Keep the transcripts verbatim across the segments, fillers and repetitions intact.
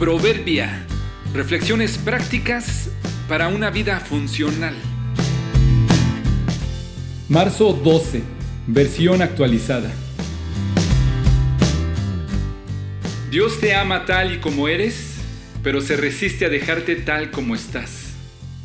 Proverbia. Reflexiones prácticas para una vida funcional. Marzo doce, versión actualizada. Dios te ama tal y como eres, pero se resiste a dejarte tal como estás.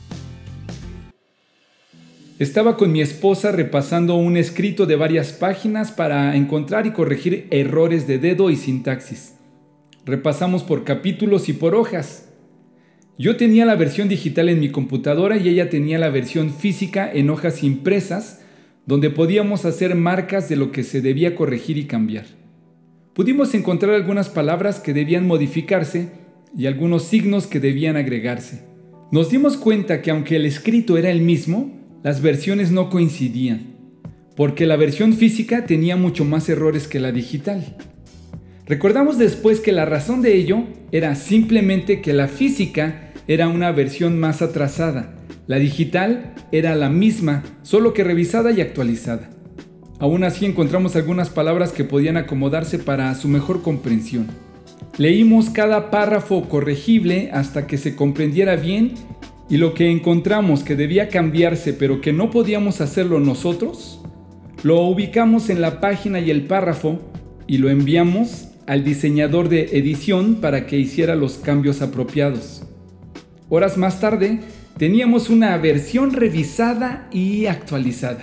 Estaba con mi esposa repasando un escrito de varias páginas para encontrar y corregir errores de dedo y sintaxis. Repasamos por capítulos y por hojas. Yo tenía la versión digital en mi computadora y ella tenía la versión física en hojas impresas, donde podíamos hacer marcas de lo que se debía corregir y cambiar. Pudimos encontrar algunas palabras que debían modificarse y algunos signos que debían agregarse. Nos dimos cuenta que aunque el escrito era el mismo, las versiones no coincidían, porque la versión física tenía mucho más errores que la digital. Recordamos después que la razón de ello era simplemente que la física era una versión más atrasada. La digital era la misma, solo que revisada y actualizada. Aún así encontramos algunas palabras que podían acomodarse para su mejor comprensión. Leímos cada párrafo corregible hasta que se comprendiera bien y lo que encontramos que debía cambiarse pero que no podíamos hacerlo nosotros, lo ubicamos en la página y el párrafo y lo enviamos al diseñador de edición para que hiciera los cambios apropiados. Horas más tarde, teníamos una versión revisada y actualizada.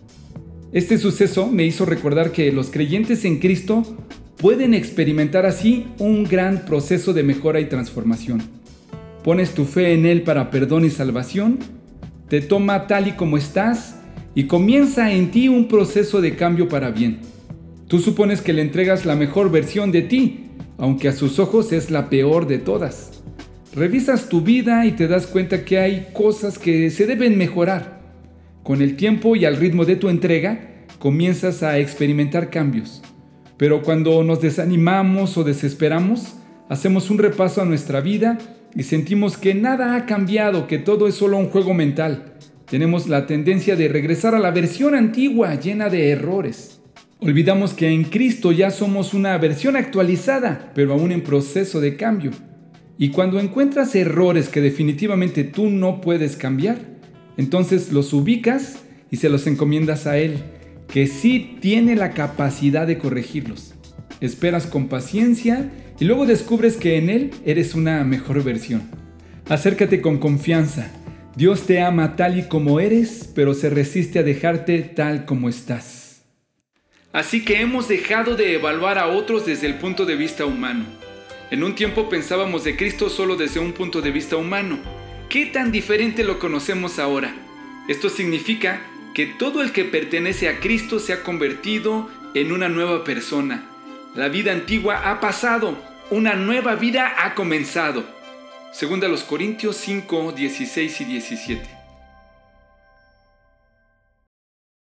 Este suceso me hizo recordar que los creyentes en Cristo pueden experimentar así un gran proceso de mejora y transformación. Pones tu fe en Él para perdón y salvación, te toma tal y como estás y comienza en ti un proceso de cambio para bien. Tú supones que le entregas la mejor versión de ti, aunque a sus ojos es la peor de todas. Revisas tu vida y te das cuenta que hay cosas que se deben mejorar. Con el tiempo y al ritmo de tu entrega, comienzas a experimentar cambios. Pero cuando nos desanimamos o desesperamos, hacemos un repaso a nuestra vida y sentimos que nada ha cambiado, que todo es solo un juego mental. Tenemos la tendencia de regresar a la versión antigua llena de errores. Olvidamos que en Cristo ya somos una versión actualizada, pero aún en proceso de cambio. Y cuando encuentras errores que definitivamente tú no puedes cambiar, entonces los ubicas y se los encomiendas a Él, que sí tiene la capacidad de corregirlos. Esperas con paciencia y luego descubres que en Él eres una mejor versión. Acércate con confianza. Dios te ama tal y como eres, pero se resiste a dejarte tal como estás. Así que hemos dejado de evaluar a otros desde el punto de vista humano. En un tiempo pensábamos de Cristo solo desde un punto de vista humano. ¿Qué tan diferente lo conocemos ahora? Esto significa que todo el que pertenece a Cristo se ha convertido en una nueva persona. La vida antigua ha pasado, una nueva vida ha comenzado. Segunda a los Corintios cinco, dieciséis y diecisiete.